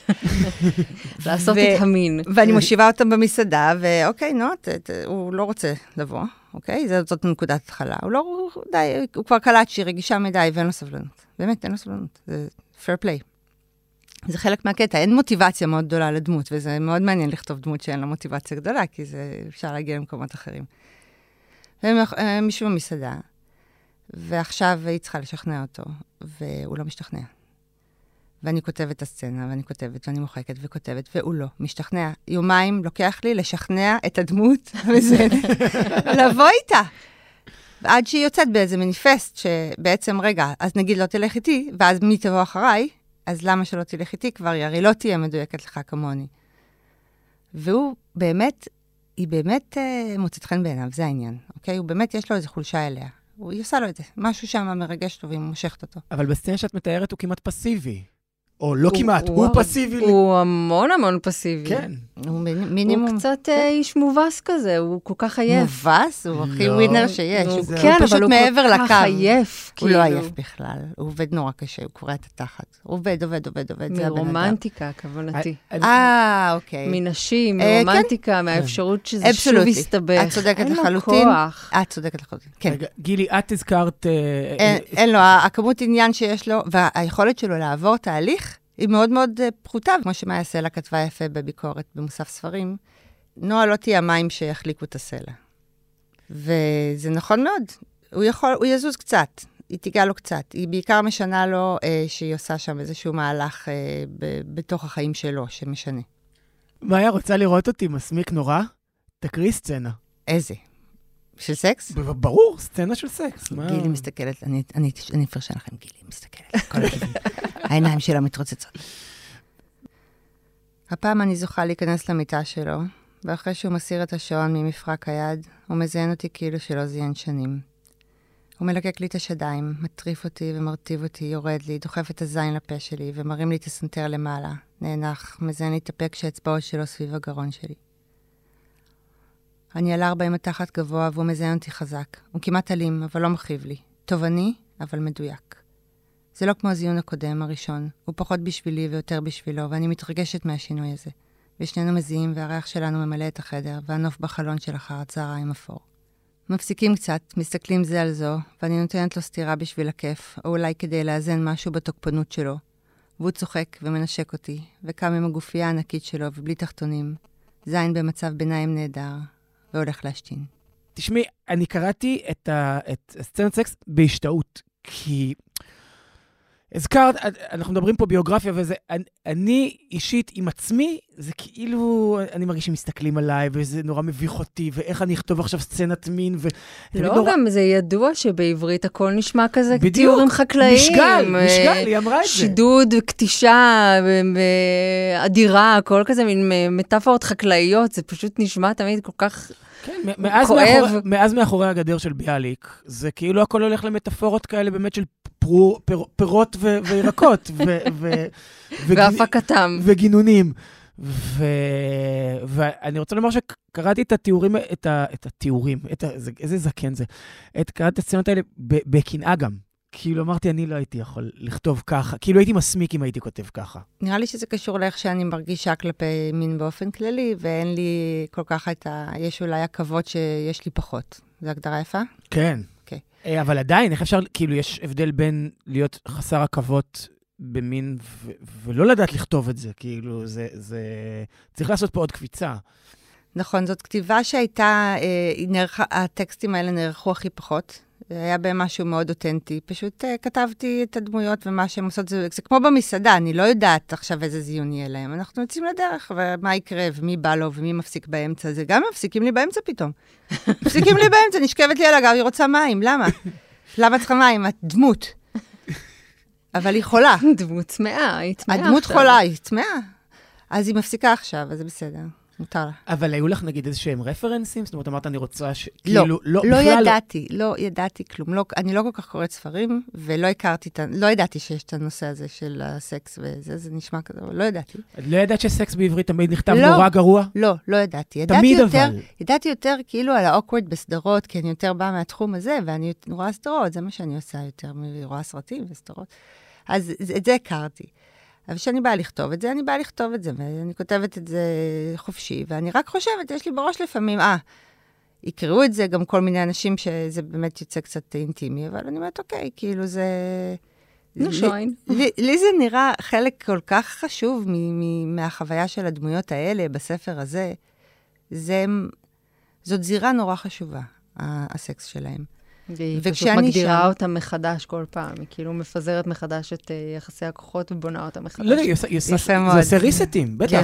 Speaker 2: לעשות את המין.
Speaker 8: ואני מושיבה אותם במסעדה, ואוקיי, הוא לא רוצה לבוא. אוקיי? זאת נקודת התחלה. הוא כבר קלט שהיא רגישה מדי ואין לו סבלנות. באמת, אין לו סבלנות. זה fair play. זה חלק מהקטע. אין מוטיבציה מאוד גדולה לדמות, וזה מאוד מעניין לכתוב דמות שאין לה מוטיבציה גדולה, כי זה אפשר להגיע למקומות אחרים. והם ישבו במסעדה, ועכשיו היא צריכה לשכנע אותו, והוא לא משתכנע. ואני כותבת את הסצנה, ואני כותבת, ואני מוחקת וכותבת, והוא לא משתכנע. יומיים לוקח לי לשכנע את הדמות, וזה לבוא איתה. עד שהיא יוצאת באיזה מניפסט, שבעצם, רגע, אז נגיד לא תלך איתי, ואז מי תבוא אחריי, אז למה שלא תלך איתי כבר? היא הרי לא תהיה מדויקת לך כמוני. והוא באמת, היא באמת מוצאת חן בעיניו, זה העניין, אוקיי? הוא באמת, יש לו איזו חולשה אליה. היא עושה לו את זה, משהו שם מרגש טוב, והיא מושכת אותו.
Speaker 1: אבל בסצנה שאת מתארת הוא כמעט פסיבי. או לא כמעט, הוא פסיבי.
Speaker 2: הוא המון המון פסיבי.
Speaker 1: כן.
Speaker 8: הוא מינימום.
Speaker 2: הוא קצת איש מובס כזה, הוא כל כך עייף.
Speaker 8: מובס? הוא הכי ווינר שיש.
Speaker 2: כן,
Speaker 8: הוא פשוט מעבר לקו.
Speaker 2: הוא כל כך עייף.
Speaker 8: הוא לא עייף בכלל. הוא עובד נורא קשה, הוא קורא את התחת. הוא עובד.
Speaker 2: מרומנטיקה, כוונתי.
Speaker 8: אוקיי.
Speaker 2: מנשים, מרומנטיקה, מהאפשרות שזה שוב יסתבך.
Speaker 8: את צודקת לחלוטין.
Speaker 2: אין לו כוח.
Speaker 8: את צודקת לחלוטין. כן.
Speaker 1: גילי, את הזכרת...
Speaker 8: אין לו, הכמות עניין שיש לו, והיכולת שלו לעבור תהליך, היא מאוד מאוד פחותה, כמו שמאיה סלע כתבה יפה בביקורת במוסף ספרים. נועה לא תהיה המים שיחליקו את הסלע. וזה נכון מאוד. הוא יזוז קצת, היא תיגע לו קצת. היא בעיקר משנה לו שהיא עושה שם איזשהו מהלך בתוך החיים שלו, שמשנה.
Speaker 1: מאיה רוצה לראות אותי מסמיק נורא? תקריא סצנה.
Speaker 8: איזה? של סקס?
Speaker 1: ברור, סצנה של סקס.
Speaker 8: גילי מסתכלת, אני אפרשה לכם, גילי מסתכלת. כל הכיוון. העיניים שלה מתרוצצות. הפעם אני זוכה להיכנס למיטה שלו, ואחרי שהוא מסיר את השעון ממפרק היד, הוא מזיין אותי כאילו שלא זיין שנים. הוא מלקק לי את השדיים, מטריף אותי ומרטיב אותי, יורד לי, דוחף את הזין לפה שלי, ומרים לי את הסנטר למעלה. נאנח, מזיין לי את הפה כשהאצבעות שלו סביב הגרון שלי. אני על 4 עם התחת גבוה, והוא מזיין אותי חזק. הוא כמעט אלים, אבל לא מכאיב לי. תובעני, אבל מדויק. זה לא כמו הזיון הקודם, הראשון. הוא פחות בשבילי ויותר בשבילו, ואני מתרגשת מהשינוי הזה. ושנינו מזיעים, והריח שלנו ממלא את החדר, והנוף בחלון של אחר הצהריים אפור. מפסיקים קצת, מסתכלים זה על זו, ואני נותנת לו סתירה בשביל הכיף, או אולי כדי לאזן משהו בתוקפנות שלו. והוא צוחק ומנשק אותי, וקם עם הגופייה הענקית שלו ובלי תחתונים. זין במצב ביניים נהדר, והולך להשתין.
Speaker 1: תשמעי, אני קראתי את סצנת סקס בהשתאות, כי הזכרת, אנחנו מדברים פה ביוגרפיה וזה, אני אישית עם עצמי, זה כאילו, אני מרגיש שמסתכלים עליי, וזה נורא מביך אותי, ואיך אני אכתוב עכשיו סצנת מין,
Speaker 2: לא, גם זה ידוע שבעברית הכל נשמע כזה, תיאורים חקלאיים.
Speaker 1: משגל, היא אמרה את זה.
Speaker 2: שידוד, קטישה, אדירה, הכל כזה, מין מטאפורות חקלאיות, זה פשוט נשמע תמיד כל כך
Speaker 1: כן, מאז מאחורי הגדר של ביאליק, זה כאילו הכל הולך למטאפורות כאלה באמת של פירות וירקות,
Speaker 2: והפקתם.
Speaker 1: וגינונים. ואני רוצה לומר שקראתי את התיאורים, איזה זקן זה, קראתי את הסצנות האלה בקנאה גם. כאילו אמרתי, אני לא הייתי יכול לכתוב ככה, כאילו הייתי מסמיק אם הייתי כותב ככה.
Speaker 8: נראה לי שזה קשור לאיך שאני מרגישה כלפי מין באופן כללי, ואין לי כל כך יש אולי הכבוד שיש לי פחות. זו הגדרה יפה?
Speaker 1: כן.
Speaker 8: אוקיי.
Speaker 1: אבל עדיין, איך אפשר, כאילו, יש הבדל בין להיות חסר עכבות במין, ולא לדעת לכתוב את זה, כאילו, זה... צריך לעשות פה עוד קפיצה.
Speaker 8: נכון, זאת כתיבה שהייתה, הטקסטים האלה נערכו הכי פחות. זה היה במשהו מאוד אותנטי. פשוט כתבתי את הדמויות ומה שהם עושות. זה כמו במסעדה, אני לא יודעת עכשיו איזה זיון יהיה להם. אנחנו יוצאים לדרך, ומה יקרה, ומי בא לו, ומי מפסיק באמצע. זה גם מפסיקים לי באמצע פתאום. מפסיקים לי באמצע, נשכבת לי על הגב, היא רוצה מים, למה? למה צריכה מים? את דמות. אבל היא חולה.
Speaker 2: דמות צמאה, היא צמאה עכשיו.
Speaker 8: הדמות חולה, היא צמאה. אז היא מפסיקה עכשיו, אז זה בסדר. מותר לה.
Speaker 1: אבל היו לך, נגיד, איזשהם רפרנסים? זאת אומרת, אמרת, אני רוצה
Speaker 8: לא ידעתי כלום. אני לא כל כך קוראת ספרים, ולא הכרתי, לא ידעתי שיש את הנושא הזה של הסקס וזה, זה נשמע כזה, אבל לא ידעתי.
Speaker 1: לא ידעת שסקס בעברית תמיד נכתב נורא גרוע?
Speaker 8: לא ידעתי.
Speaker 1: תמיד אבל.
Speaker 8: ידעתי יותר כאילו על האוקוורד בסדרות, כי אני יותר באה מהתחום הזה, ואני רואה סדרות, זה מה שאני עושה יותר, רואה סרטים וסדרות. אז את זה הכרתי. אבל כשאני באה לכתוב את זה, אני באה לכתוב את זה, ואני כותבת את זה חופשי, ואני רק חושבת, יש לי בראש לפעמים, יקראו את זה גם כל מיני אנשים שזה באמת יוצא קצת אינטימי, אבל אני אומרת, אוקיי, כאילו זה...
Speaker 2: נשוין.
Speaker 8: לי זה נראה חלק כל כך חשוב מהחוויה של הדמויות האלה בספר הזה. זאת זירה נורא חשובה, הסקס שלהם.
Speaker 2: והיא פשוט מגדירה אותה מחדש כל פעם. היא כאילו מפזרת מחדש את יחסי הכוחות ובונה אותה מחדש.
Speaker 1: לא, זה עושה ריסטים, בטח.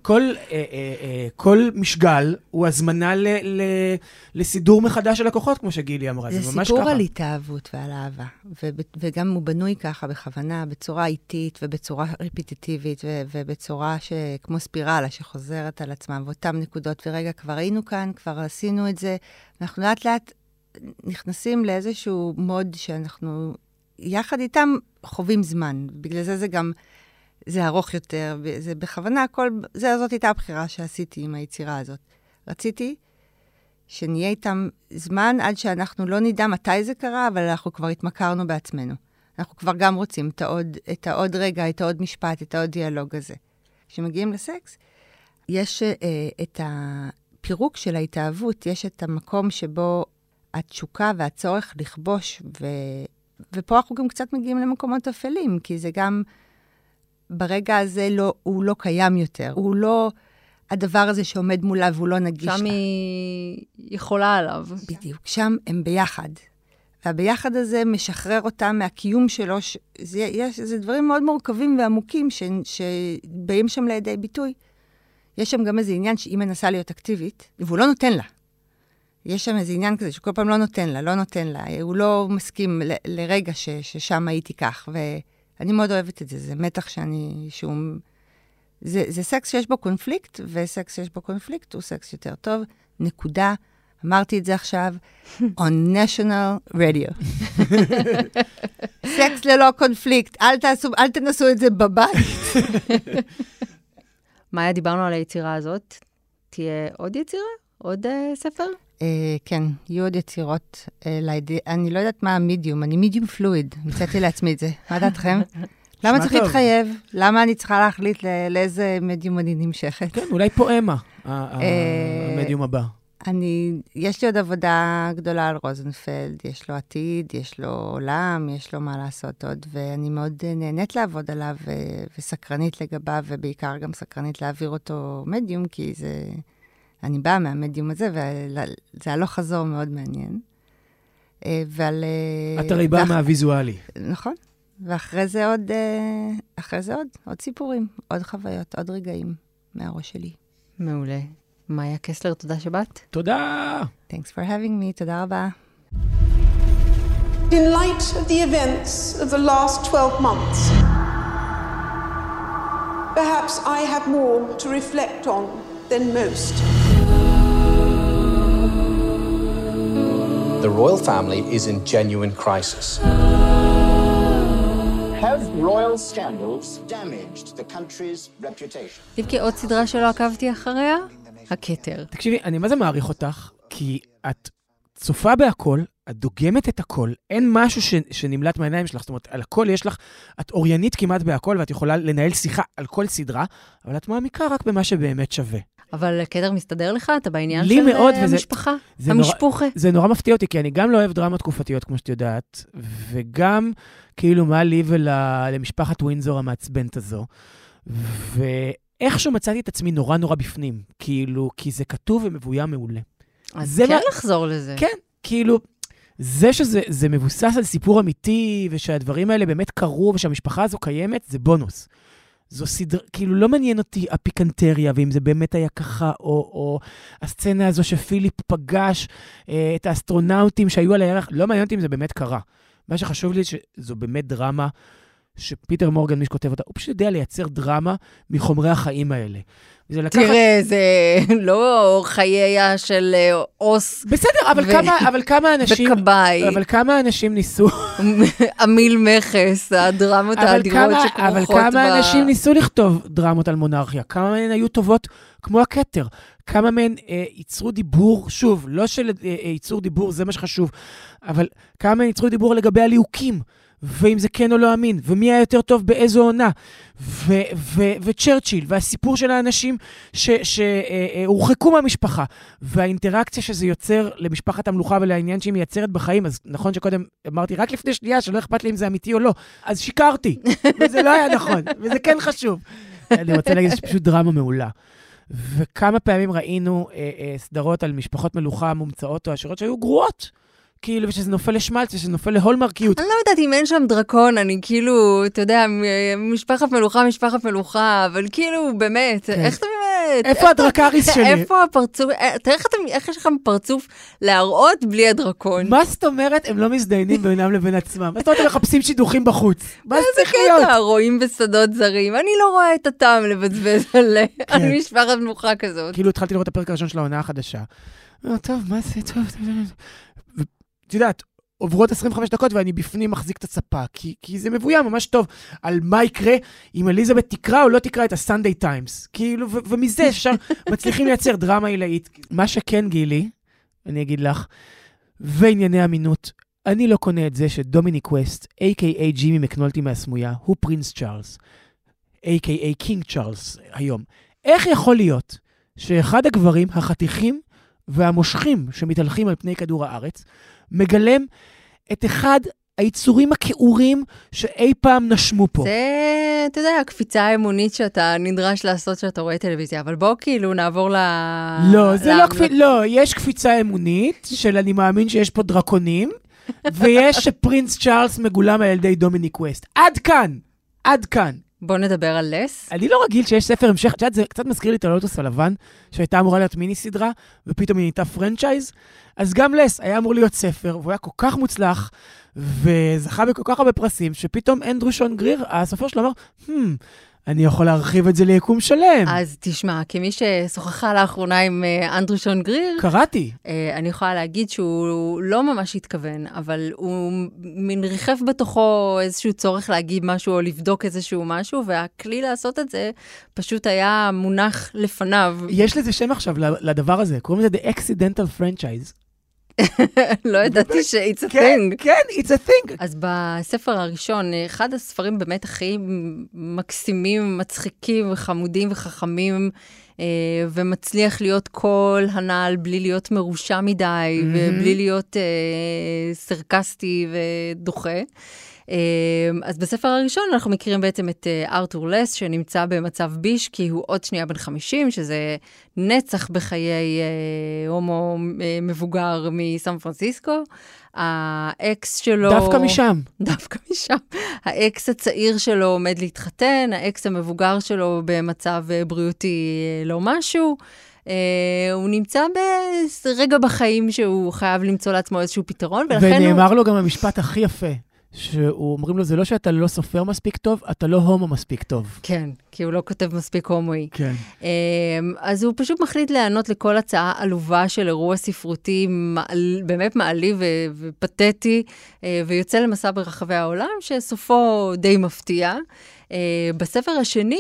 Speaker 1: כל משגל הוא הזמנה לסידור מחדש של הכוחות, כמו שגילי אמרה.
Speaker 8: זה סיפור על התאהבות ועל אהבה. וגם הוא בנוי ככה בכוונה, בצורה איטית ובצורה רפיטטיבית, ובצורה כמו ספירלה שחוזרת על עצמה, ואותן נקודות. ורגע, כבר היינו כאן, כבר עשינו את זה. אנחנו לאט לאט נכנסים לאיזשהו מוד שאנחנו יחד איתם חווים זמן. בגלל זה גם, זה ארוך יותר, זה בכוונה זאת הייתה הבחירה שעשיתי עם היצירה הזאת. רציתי שנהיה איתם זמן עד שאנחנו לא נדע מתי זה קרה, אבל אנחנו כבר התמכרנו בעצמנו. אנחנו כבר גם רוצים את העוד רגע, את העוד משפט, את העוד דיאלוג הזה. כשמגיעים לסקס, יש את הפירוק של ההתאהבות, יש את המקום שבו התשוקה והצורך לכבוש, ופה אנחנו גם קצת מגיעים למקומות אפלים, כי זה גם, ברגע הזה הוא לא קיים יותר, הוא לא הדבר הזה שעומד מולה והוא לא נגיש לה.
Speaker 2: שם היא יכולה עליו.
Speaker 8: בדיוק, שם הם ביחד. והביחד הזה משחרר אותם מהקיום שלו, זה דברים מאוד מורכבים ועמוקים שבאים שם לידי ביטוי. יש שם גם איזה עניין שהיא מנסה להיות אקטיבית, והוא לא נותן לה. יש שם איזה עניין כזה שכל פעם לא נותן לה. הוא לא מסכים לרגע ששם הייתי כך, ואני מאוד אוהבת את זה. זה מתח זה סקס שיש בו קונפליקט, וסקס שיש בו קונפליקט הוא סקס יותר טוב. נקודה. אמרתי את זה עכשיו, on national radio. סקס ללא קונפליקט. אל תנסו את זה בבית.
Speaker 2: מאיה, דיברנו על היצירה הזאת. תהיה עוד יצירה? עוד ספר?
Speaker 8: כן, יהיו עוד יצירות. אני לא יודעת מה המדיום, אני מדיום פלואיד. מצאתי לעצמי את זה. מה דעתכם? למה צריך להתחייב? למה אני צריכה להחליט לאיזה מדיום אני נמשכת?
Speaker 1: כן, אולי פואמה, המדיום הבא.
Speaker 8: יש לי עוד עבודה גדולה על רוזנפלד, יש לו עתיד, יש לו עולם, יש לו מה לעשות עוד, ואני מאוד נהנית לעבוד עליו וסקרנית לגביו, ובעיקר גם סקרנית להעביר אותו מדיום, כי אני באה מהמדיום הזה, וזה הלוך חזור מאוד מעניין.
Speaker 1: את הרי באה מהוויזואלי.
Speaker 8: נכון. ואחרי זה עוד סיפורים, עוד חוויות, עוד רגעים מהראש שלי.
Speaker 2: מעולה. מאיה קסלר, תודה שבאת.
Speaker 1: תודה.
Speaker 8: Thanks for having me, תודה רבה.
Speaker 9: In light of the events of the last 12 months, perhaps I have more to reflect on than most.
Speaker 6: The royal family is in genuine crisis.
Speaker 10: Have royal scandals damaged the country's reputation?
Speaker 2: תבכי, עוד סדרה שלא עקבתי אחריה? הכתר.
Speaker 1: תקשיבי, אני מה זה מעריך אותך? כי את צופה בהכל, את דוגמת את הכל, אין משהו שנמלט מהעיניים שלך, זאת אומרת, על הכל יש לך, את אוריינית כמעט בהכל, ואת יכולה לנהל שיחה על כל סדרה, אבל את מעמיקה רק במה שבאמת שווה.
Speaker 2: אבל קדר מסתדר לך? אתה בעניין של משפחה? המשפוחה?
Speaker 1: זה נורא מפתיע אותי, כי אני גם לא אוהב דרמות תקופתיות, כמו שאת יודעת, וגם כאילו מה לי ולמשפחת ווינזור המעצבנת הזו. ואיכשהו מצאתי את עצמי נורא נורא בפנים, כאילו, כי זה כתוב ומבוים מעולה.
Speaker 2: אז כן לחזור לזה.
Speaker 1: כן, כאילו, זה שזה מבוסס על סיפור אמיתי, ושהדברים האלה באמת קרו, ושהמשפחה הזו קיימת, זה בונוס. זו סדרה, כאילו לא מעניין אותי הפיקנטריה, ואם זה באמת היה ככה, או הסצנה הזו שפיליפ פגש את האסטרונאוטים שהיו על הירח, לא מעניין אותי אם זה באמת קרה. מה שחשוב לי שזו באמת דרמה, שפיטר מורגן, מי שכותב אותה, הוא פשוט יודע לייצר דרמה מחומרי החיים האלה.
Speaker 2: תראה, זה לא חייה של אוס.
Speaker 1: בסדר, אבל כמה אנשים ניסו...
Speaker 2: אמיל מכס, הדרמות האדירות שכרוכות בה.
Speaker 1: אבל כמה אנשים ניסו לכתוב דרמות על מונרכיה? כמה מהן היו טובות כמו הכתר? כמה מהן ייצרו דיבור, שוב, לא של ייצור דיבור, זה מה שחשוב, אבל כמה מהן ייצרו דיבור לגבי הליהוקים? ואם זה כן או לא אמין, ומי היה יותר טוב באיזו עונה, וצ'רצ'יל, והסיפור של האנשים שהורחקו מהמשפחה, והאינטראקציה שזה יוצר למשפחת המלוכה ולעניין שהיא מייצרת בחיים, אז נכון שקודם אמרתי רק לפני שנייה שלא אכפת לי אם זה אמיתי או לא, אז שיקרתי, וזה לא היה נכון, וזה כן חשוב. אני רוצה להגיד שפשוט דרמה מעולה. וכמה פעמים ראינו סדרות על משפחות מלוכה מומצאות או עשירות שהיו גרועות, כאילו, ושזה נופל לשמלץ, ושזה נופל להולמרקיות.
Speaker 2: אני לא יודעת אם אין שם דרקון, אני כאילו, אתה יודע, משפחת מלוכה, אבל כאילו, באמת, איך אתה באמת...
Speaker 1: איפה הדרקריס שלי?
Speaker 2: איפה הפרצוף, איך יש לכם פרצוף להראות בלי הדרקון?
Speaker 1: מה זאת אומרת, הם לא מזדיינים בינם לבין עצמם? מה זאת אומרת, הם מחפשים שידוכים בחוץ? מה זה צריך להיות?
Speaker 2: רואים בשדות זרים, אני לא רואה את הטעם לבזבז על משפחת מלוכה כזאת.
Speaker 1: כאילו, התחלתי לראות את הפרק הראשון של העונה החדשה. טוב, מה זה? טוב. את יודעת, עוברות 25 דקות ואני בפנים מחזיק את הצפה, כי זה מבוים ממש טוב על מה יקרה אם אליזבת תקרא או לא תקרא את הסנדיי טיימס. כאילו, ומזה אפשר מצליחים לייצר דרמה עילאית. מה שכן גילי, אני אגיד לך, וענייני אמינות, אני לא קונה את זה שדומיניק ווסט, a.k.a. ג'ימי מקנולטי מהסמויה, הוא פרינס צ'ארלס, a.k.a. קינג צ'ארלס היום. איך יכול להיות שאחד הגברים החתיכים והמושכים שמתהלכים על פני כדור הארץ, מגלם את אחד היצורים הכעורים שאי פעם נשמו פה.
Speaker 2: זה, אתה יודע, הקפיצה האמונית שאתה נדרש לעשות שאתה רואה טלוויזיה, אבל בוא כאילו נעבור
Speaker 1: לא, זה לא קפיצה, לא, יש קפיצה אמונית של אני מאמין שיש פה דרקונים, ויש שפרינס צ'ארלס מגולם על ידי דומיניק ווסט. עד כאן.
Speaker 2: בוא נדבר על לס.
Speaker 1: אני לא רגיל שיש ספר המשך, זה קצת מזכיר לי את הלוטוס הלבן, שהייתה אמורה להיות מיני סדרה, ופתאום היא נהייתה פרנצ'ייז, אז גם לס היה אמור להיות ספר, והוא היה כל כך מוצלח, וזכה בכל כך הרבה פרסים, שפתאום אנדרו שון גריר, הסופר שלו אמר, אני יכול להרחיב את זה ליקום שלם.
Speaker 2: אז תשמע, כמי ששוחחה לאחרונה עם אנדרו שון גריר,
Speaker 1: קראתי.
Speaker 2: אני יכולה להגיד שהוא לא ממש התכוון, אבל הוא מין ריחף בתוכו איזשהו צורך להגיד משהו או לבדוק איזשהו משהו, והכלי לעשות את זה פשוט היה מונח לפניו.
Speaker 1: יש לזה שם עכשיו לדבר הזה, קוראים לזה The Accidental Franchise.
Speaker 2: לא ידעתי ש-it's a thing.
Speaker 1: כן, it's a thing.
Speaker 2: אז בספר הראשון, אחד הספרים באמת הכי מקסימים, מצחיקים וחמודים וחכמים, ומצליח להיות כל הנעל בלי להיות מרושע מדי, ובלי להיות סרקסטי ודוחה. אז בספר הראשון אנחנו מכירים בעצם את ארתור לס, שנמצא במצב ביש, כי הוא עוד שנייה בן 50, שזה נצח בחיי הומו מבוגר מסן פרנסיסקו. האקס שלו... דווקא משם. האקס הצעיר שלו עומד להתחתן, האקס המבוגר שלו במצב בריאותי לא משהו. הוא נמצא ברגע בחיים שהוא חייב למצוא לעצמו איזשהו פתרון,
Speaker 1: ונאמר לו גם המשפט הכי יפה. שאומרים לו, זה לא שאתה לא סופר מספיק טוב, אתה לא הומו מספיק טוב.
Speaker 2: כן, כי הוא לא כותב מספיק הומואי.
Speaker 1: כן.
Speaker 2: אז הוא פשוט מחליט לענות לכל הצעה עלובה של אירוע ספרותי, באמת מעליב ופתטי, ויוצא למסע ברחבי העולם, שסופו די מפתיע. בספר השני,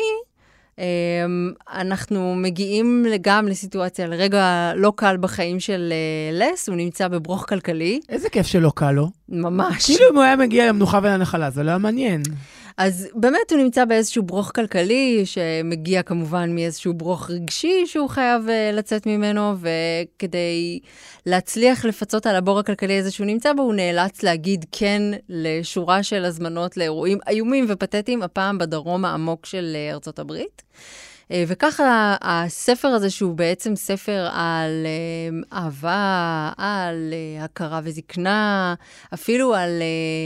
Speaker 2: אנחנו מגיעים גם לסיטואציה, לרגע לא קל בחיים של לס, הוא נמצא בברוך כלכלי.
Speaker 1: איזה כיף שלא קל לו.
Speaker 2: ממש.
Speaker 1: כאילו אם הוא היה מגיע למנוחה ולנחלה, זה לא היה מעניין.
Speaker 2: אז באמת הוא נמצא באיזשהו ברוך כלכלי, שמגיע כמובן מאיזשהו ברוך רגשי שהוא חייב לצאת ממנו, וכדי להצליח לפצות על הבור הכלכלי הזה שהוא נמצא בו, הוא נאלץ להגיד כן לשורה של הזמנות לאירועים איומים ופתטיים, הפעם בדרום העמוק של ארצות הברית. וככה הספר הזה, שהוא בעצם ספר על אהבה, על הכרה וזקנה, אפילו על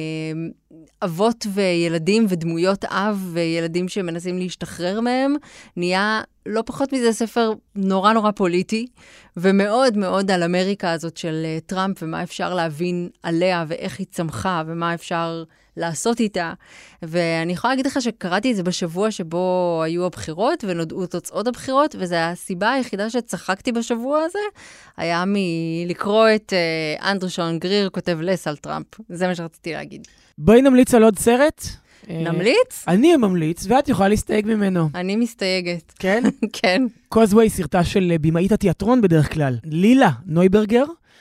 Speaker 2: אבות וילדים ודמויות אב וילדים שמנסים להשתחרר מהם, נהיה לא פחות מזה ספר נורא נורא פוליטי, ומאוד מאוד על אמריקה הזאת של טראמפ, ומה אפשר להבין עליה, ואיך היא צמחה, ומה אפשר לעשות איתה. ואני יכולה להגיד לך שקראתי את זה בשבוע שבו היו הבחירות, ונודעו תוצאות הבחירות, וזו הסיבה היחידה שצחקתי בשבוע הזה, היה מלקרוא את אנדרו שון גריר כותב לס על טראמפ. זה מה שרציתי להגיד.
Speaker 1: בואי נמליץ על עוד סרט.
Speaker 2: נמליץ?
Speaker 1: אני ממליץ, ואת יכולה להסתייג ממנו.
Speaker 2: אני מסתייגת.
Speaker 1: כן?
Speaker 2: כן.
Speaker 1: קוזווי, סרטה של בימאית התיאטרון בדרך כלל. לילה נויברגר,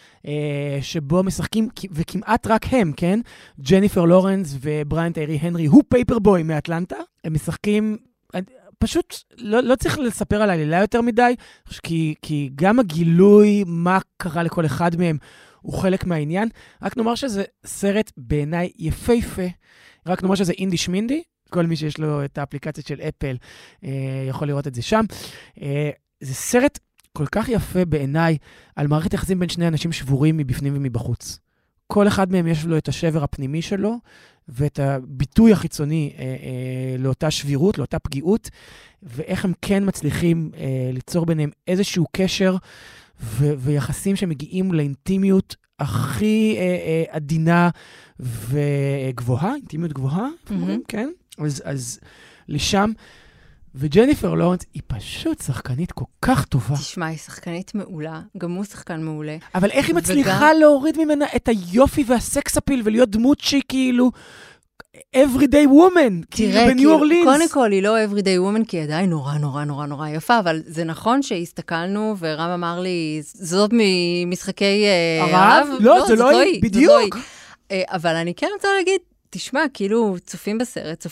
Speaker 1: שבו משחקים, וכמעט רק הם, כן? ג'ניפר לורנס ובריאן טיירי הנרי, הוא פייפרבוי מאטלנטה. הם משחקים, פשוט לא צריך לספר על העלילה יותר מדי, כי גם הגילוי, מה קרה לכל אחד מהם, הוא חלק מהעניין. רק נאמר שזה סרט בעיניי יפהפה, רק נאמר שזה אינדי שמינדי, כל מי שיש לו את האפליקציות של אפל יכול לראות את זה שם. זה סרט כל כך יפה בעיניי על מערכת יחסים בין שני אנשים שבורים מבפנים ומבחוץ. כל אחד מהם יש לו את השבר הפנימי שלו, ואת הביטוי החיצוני לאותה שבירות, לאותה פגיעות, ואיך הם כן מצליחים ליצור ביניהם איזשהו קשר, ויחסים שמגיעים לאינטימיות הכי עדינה וגבוהה, אינטימיות גבוהה, כן? אז לשם, וג'ניפר לורנס היא פשוט שחקנית כל כך טובה.
Speaker 2: תשמע, היא שחקנית מעולה, גם הוא שחקן מעולה.
Speaker 1: אבל איך היא מצליחה להוריד ממנה את היופי והסקס אפיל, ולהיות דמות שהיא כאילו everyday woman, כאילו בניו אורלינס.
Speaker 2: קודם כל היא לא everyday woman, כי היא עדיין נורא נורא נורא נורא יפה, אבל זה נכון שהסתכלנו, ורם אמר לי, זאת ממשחקי הרב?
Speaker 1: לא, זה לא היא, בדיוק.
Speaker 2: אבל אני כן רוצה להגיד, תשמע, כאילו, צופים בסרט,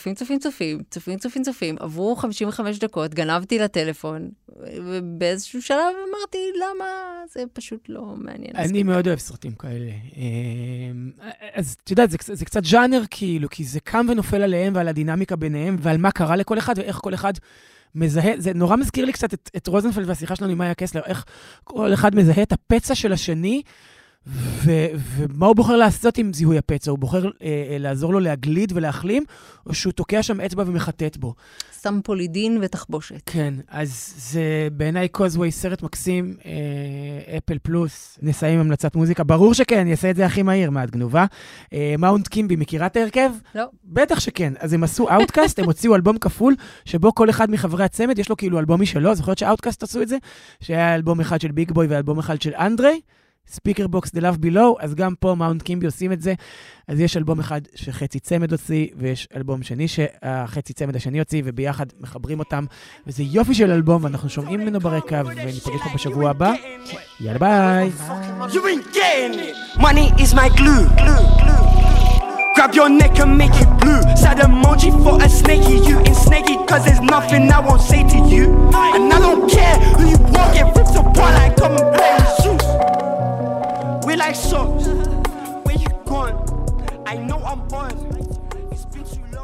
Speaker 2: צופים, עברו 55 דקות, גנבתי לטלפון, ובאיזשהו שלב אמרתי, למה? זה פשוט לא מעניין.
Speaker 1: אני מאוד אוהב סרטים כאלה. אז, אתה יודע, זה קצת ז'אנר, כאילו, כי זה קם ונופל עליהם, ועל הדינמיקה ביניהם, ועל מה קרה לכל אחד, ואיך כל אחד מזהה, זה נורא מזכיר לי קצת את רוזנפלד והשיחה שלנו עם מאיה קסלר, איך כל אחד מזהה את הפצע של השני, ומה הוא בוחר לעשות עם זיהוי הפצע? הוא בוחר לעזור לו להגליד ולהחלים, או שהוא תוקע שם אצבע ומחטט בו?
Speaker 2: שם פולידין ותחבושת.
Speaker 1: כן, אז זה בעיניי קוזווי סרט מקסים, אפל פלוס, נסיים המלצת מוזיקה, ברור שכן, אני אעשה את זה הכי מהיר, מה את גנובה? מאונט קימבי, מכירה את ההרכב?
Speaker 2: לא.
Speaker 1: בטח שכן, אז הם עשו אאוטקאסט, הם הוציאו אלבום כפול, שבו כל אחד מחברי הצמד יש לו כאילו אלבום משלו, זוכרת שאאוטקאסט עשו את זה? שהיה אלבום אחד של ביג בוי ואלבום אחד של אנדרי, ספיקר בוקס, The Love Below, אז גם פה מאונט קימבי עושים את זה, אז יש אלבום אחד שחצי צמד הוציא, ויש אלבום שני שהחצי צמד השני הוציא, וביחד מחברים אותם, וזה יופי של אלבום, ואנחנו שומעים ממנו ברקע, וניפגש פה בשבוע הבא. יאללה ביי.
Speaker 11: Money is my glue. Grab your neck and make it blue. Sad emoji for a snaky. You ain't snaky cause there's nothing I won't say to you. And I don't care who you walk it rips apart like come and play with shoes. We like socks. Where you gone? I know I'm buzzed. It's been too long.